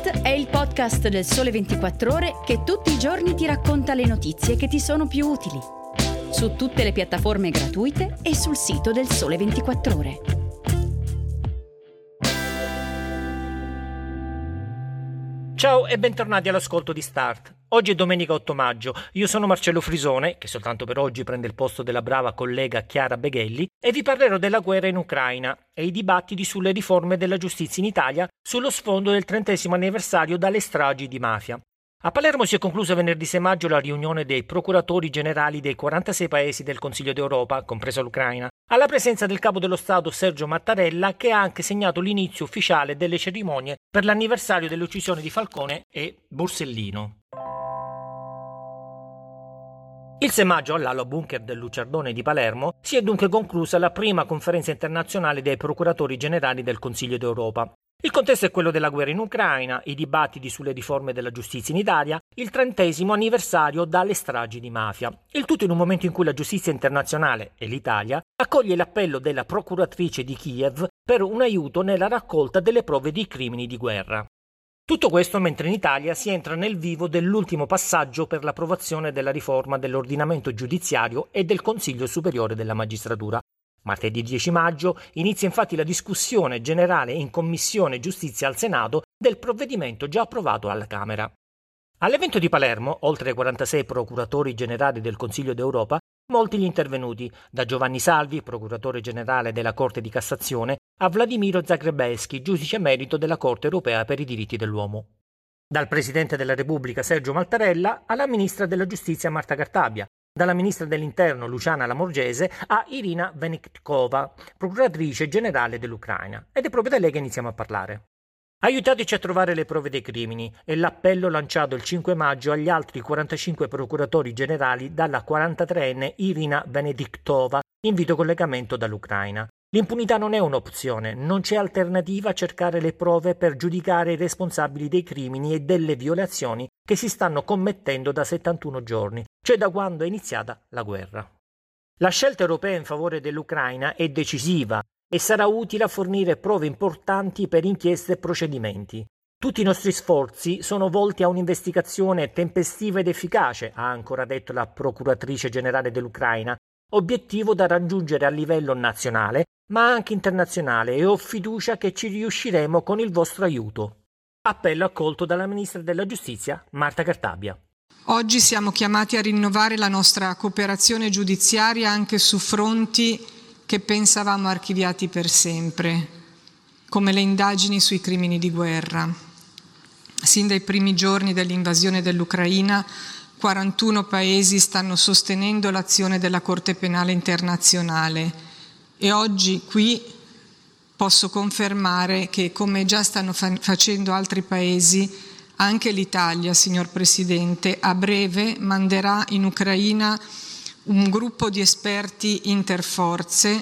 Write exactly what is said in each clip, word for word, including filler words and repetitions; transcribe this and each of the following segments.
Start è il podcast del Sole ventiquattro Ore che tutti i giorni ti racconta le notizie che ti sono più utili. Su tutte le piattaforme gratuite e sul sito del Sole ventiquattro Ore. Ciao e bentornati all'ascolto di Start. Oggi è domenica otto maggio, io sono Marcello Frisone, che soltanto per oggi prende il posto della brava collega Chiara Beghelli, e vi parlerò della guerra in Ucraina e i dibattiti sulle riforme della giustizia in Italia sullo sfondo del trentesimo anniversario dalle stragi di mafia. A Palermo si è conclusa venerdì sei maggio la riunione dei procuratori generali dei quarantasei paesi del Consiglio d'Europa, compresa l'Ucraina, alla presenza del capo dello Stato Sergio Mattarella, che ha anche segnato l'inizio ufficiale delle cerimonie per l'anniversario delle uccisioni di Falcone e Borsellino. Il sei maggio all'Ala Bunker del Luciardone di Palermo si è dunque conclusa la prima conferenza internazionale dei procuratori generali del Consiglio d'Europa. Il contesto è quello della guerra in Ucraina, i dibattiti sulle riforme della giustizia in Italia, il trentesimo anniversario dalle stragi di mafia. Il tutto in un momento in cui la giustizia internazionale e l'Italia accoglie l'appello della procuratrice di Kiev per un aiuto nella raccolta delle prove di crimini di guerra. Tutto questo mentre in Italia si entra nel vivo dell'ultimo passaggio per l'approvazione della riforma dell'ordinamento giudiziario e del Consiglio Superiore della Magistratura. Martedì dieci maggio inizia infatti la discussione generale in Commissione Giustizia al Senato del provvedimento già approvato alla Camera. All'evento di Palermo, oltre ai quarantasei procuratori generali del Consiglio d'Europa, molti gli intervenuti, da Giovanni Salvi, procuratore generale della Corte di Cassazione, a Vladimiro Zagrebelsky, giudice emerito della Corte europea per i diritti dell'uomo. Dal Presidente della Repubblica Sergio Mattarella alla Ministra della Giustizia Marta Cartabia, dalla Ministra dell'Interno Luciana Lamorgese a Irina Venediktova, procuratrice generale dell'Ucraina. Ed è proprio da lei che iniziamo a parlare. Aiutateci a trovare le prove dei crimini è l'appello lanciato il cinque maggio agli altri quarantacinque procuratori generali dalla quarantatreenne Irina Venediktova in video collegamento dall'Ucraina. L'impunità non è un'opzione, non c'è alternativa a cercare le prove per giudicare i responsabili dei crimini e delle violazioni che si stanno commettendo da settantuno giorni, cioè da quando è iniziata la guerra. La scelta europea in favore dell'Ucraina è decisiva e sarà utile a fornire prove importanti per inchieste e procedimenti. Tutti i nostri sforzi sono volti a un'investigazione tempestiva ed efficace, ha ancora detto la procuratrice generale dell'Ucraina, obiettivo da raggiungere a livello nazionale ma anche internazionale, e ho fiducia che ci riusciremo con il vostro aiuto. Appello accolto dalla Ministra della Giustizia Marta Cartabia. Oggi siamo chiamati a rinnovare la nostra cooperazione giudiziaria anche su fronti che pensavamo archiviati per sempre, come le indagini sui crimini di guerra. Sin dai primi giorni dell'invasione dell'Ucraina, quarantuno paesi stanno sostenendo l'azione della Corte Penale Internazionale e oggi qui posso confermare che, come già stanno fa- facendo altri paesi, anche l'Italia, signor Presidente, a breve manderà in Ucraina un gruppo di esperti interforze,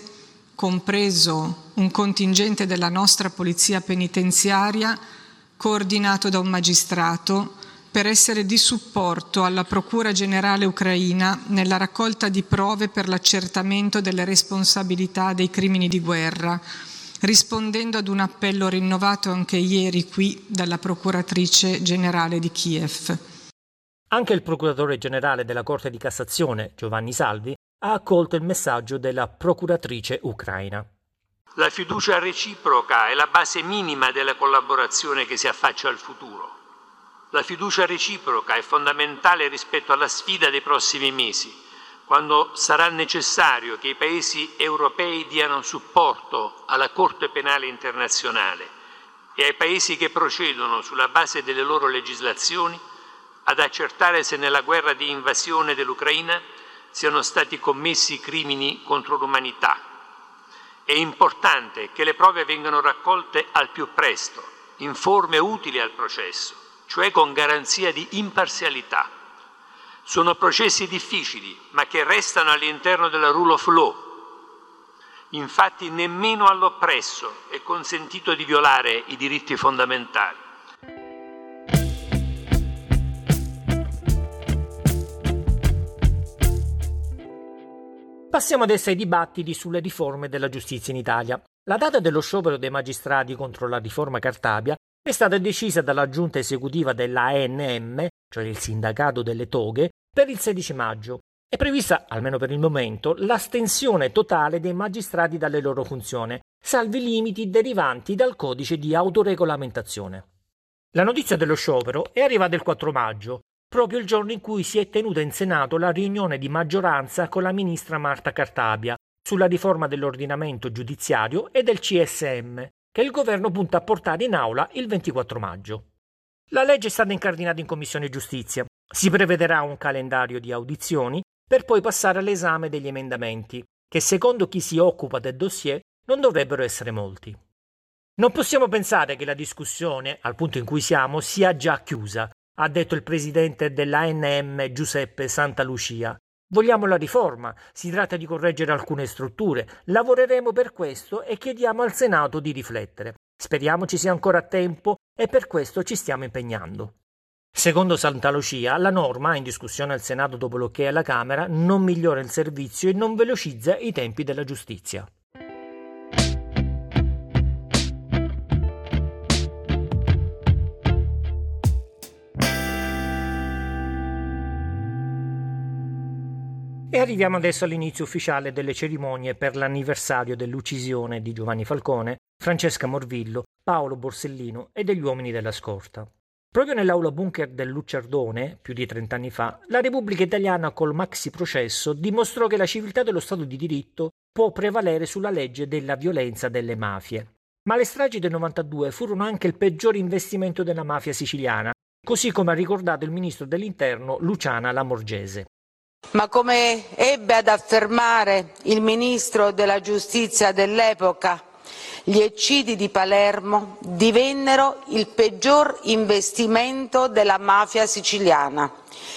compreso un contingente della nostra polizia penitenziaria, coordinato da un magistrato, per essere di supporto alla Procura Generale ucraina nella raccolta di prove per l'accertamento delle responsabilità dei crimini di guerra, rispondendo ad un appello rinnovato anche ieri qui dalla Procuratrice Generale di Kiev. Anche il Procuratore Generale della Corte di Cassazione, Giovanni Salvi, ha accolto il messaggio della Procuratrice ucraina. La fiducia reciproca è la base minima della collaborazione che si affaccia al futuro. La fiducia reciproca è fondamentale rispetto alla sfida dei prossimi mesi, quando sarà necessario che i paesi europei diano supporto alla Corte Penale Internazionale e ai paesi che procedono sulla base delle loro legislazioni ad accertare se nella guerra di invasione dell'Ucraina siano stati commessi crimini contro l'umanità. È importante che le prove vengano raccolte al più presto, in forme utili al processo, cioè con garanzia di imparzialità. Sono processi difficili, ma che restano all'interno della rule of law. Infatti nemmeno all'oppresso è consentito di violare i diritti fondamentali. Passiamo adesso ai dibattiti sulle riforme della giustizia in Italia. La data dello sciopero dei magistrati contro la riforma Cartabia è stata decisa dalla giunta esecutiva della A N M, cioè il sindacato delle toghe, per il sedici maggio. È prevista, almeno per il momento, l'astensione totale dei magistrati dalle loro funzioni, salvi limiti derivanti dal codice di autoregolamentazione. La notizia dello sciopero è arrivata il quattro maggio, proprio il giorno in cui si è tenuta in Senato la riunione di maggioranza con la ministra Marta Cartabia sulla riforma dell'ordinamento giudiziario e del C S M, che il governo punta a portare in aula il ventiquattro maggio. La legge è stata incardinata in Commissione Giustizia. Si prevederà un calendario di audizioni per poi passare all'esame degli emendamenti, che secondo chi si occupa del dossier non dovrebbero essere molti. Non possiamo pensare che la discussione, al punto in cui siamo, sia già chiusa, ha detto il presidente dell'A N M Giuseppe Santalucia. Vogliamo la riforma, si tratta di correggere alcune strutture, lavoreremo per questo e chiediamo al Senato di riflettere. Speriamo ci sia ancora tempo e per questo ci stiamo impegnando. Secondo Santalucia, la norma, in discussione al Senato dopo l'ok alla Camera, non migliora il servizio e non velocizza i tempi della giustizia. E arriviamo adesso all'inizio ufficiale delle cerimonie per l'anniversario dell'uccisione di Giovanni Falcone, Francesca Morvillo, Paolo Borsellino e degli uomini della scorta. Proprio nell'aula bunker del Luciardone, più di trent'anni fa, la Repubblica Italiana col maxi processo dimostrò che la civiltà dello Stato di diritto può prevalere sulla legge della violenza delle mafie. Ma le stragi del novantadue furono anche il peggior investimento della mafia siciliana, così come ha ricordato il ministro dell'Interno Luciana Lamorgese. Ma come ebbe ad affermare il ministro della giustizia dell'epoca, gli eccidi di Palermo divennero il peggior investimento della mafia siciliana.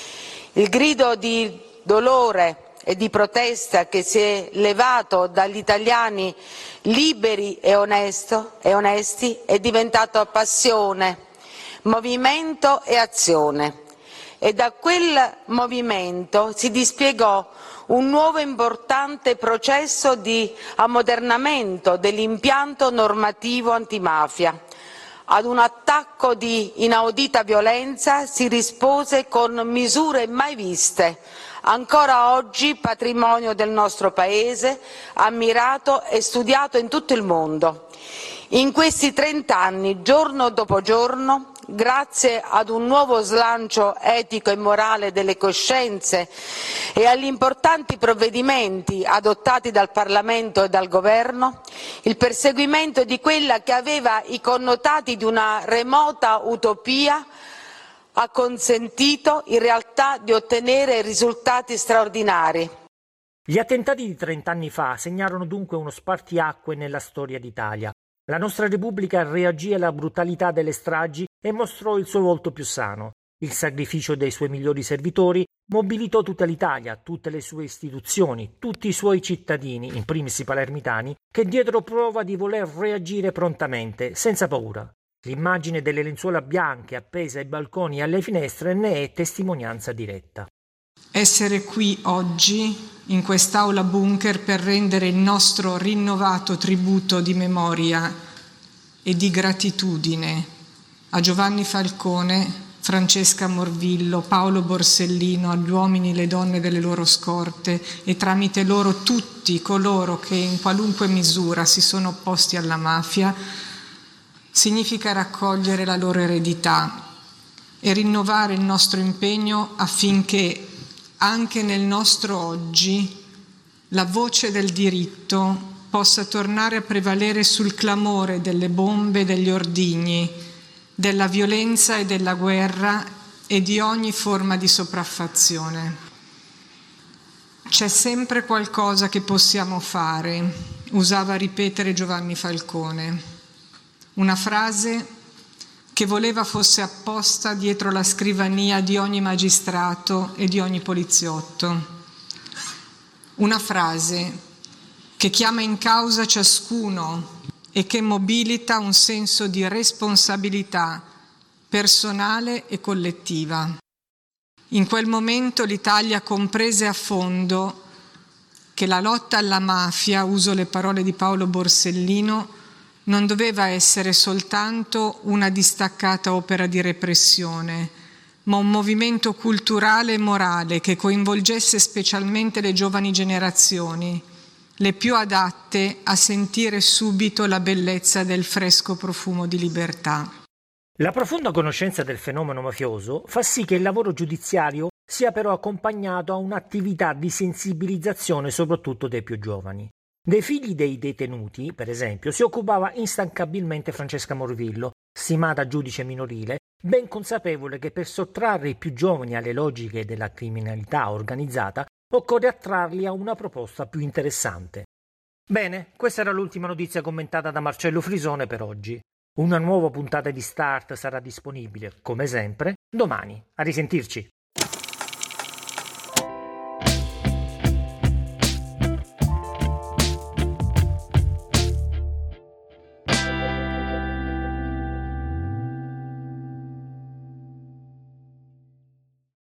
Il grido di dolore e di protesta che si è levato dagli italiani liberi e, onesto, e onesti è diventato passione, movimento e azione. E da quel movimento si dispiegò un nuovo importante processo di ammodernamento dell'impianto normativo antimafia. Ad un attacco di inaudita violenza si rispose con misure mai viste, ancora oggi patrimonio del nostro Paese, ammirato e studiato in tutto il mondo. In questi trent'anni, giorno dopo giorno, grazie ad un nuovo slancio etico e morale delle coscienze e agli importanti provvedimenti adottati dal Parlamento e dal Governo, il perseguimento di quella che aveva i connotati di una remota utopia ha consentito in realtà di ottenere risultati straordinari. Gli attentati di trent'anni fa segnarono dunque uno spartiacque nella storia d'Italia. La nostra Repubblica reagì alla brutalità delle stragi e mostrò il suo volto più sano. Il sacrificio dei suoi migliori servitori mobilitò tutta l'Italia, tutte le sue istituzioni, tutti i suoi cittadini, in primis i palermitani, che diedero prova di voler reagire prontamente, senza paura. L'immagine delle lenzuola bianche appese ai balconi e alle finestre ne è testimonianza diretta. Essere qui oggi, in quest'aula bunker, per rendere il nostro rinnovato tributo di memoria e di gratitudine a Giovanni Falcone, Francesca Morvillo, Paolo Borsellino, agli uomini e le donne delle loro scorte e tramite loro tutti coloro che in qualunque misura si sono opposti alla mafia, significa raccogliere la loro eredità e rinnovare il nostro impegno affinché anche nel nostro oggi la voce del diritto possa tornare a prevalere sul clamore delle bombe e degli ordigni, della violenza e della guerra e di ogni forma di sopraffazione. C'è sempre qualcosa che possiamo fare, usava ripetere Giovanni Falcone, una frase che voleva fosse apposta dietro la scrivania di ogni magistrato e di ogni poliziotto. Una frase che chiama in causa ciascuno e che mobilita un senso di responsabilità personale e collettiva. In quel momento l'Italia comprese a fondo che la lotta alla mafia, uso le parole di Paolo Borsellino, non doveva essere soltanto una distaccata opera di repressione, ma un movimento culturale e morale che coinvolgesse specialmente le giovani generazioni, le più adatte a sentire subito la bellezza del fresco profumo di libertà. La profonda conoscenza del fenomeno mafioso fa sì che il lavoro giudiziario sia però accompagnato a un'attività di sensibilizzazione soprattutto dei più giovani. Dei figli dei detenuti, per esempio, si occupava instancabilmente Francesca Morvillo, stimata giudice minorile, ben consapevole che per sottrarre i più giovani alle logiche della criminalità organizzata occorre attrarli a una proposta più interessante. Bene, questa era l'ultima notizia commentata da Marcello Frisone per oggi. Una nuova puntata di Start sarà disponibile, come sempre, domani. A risentirci!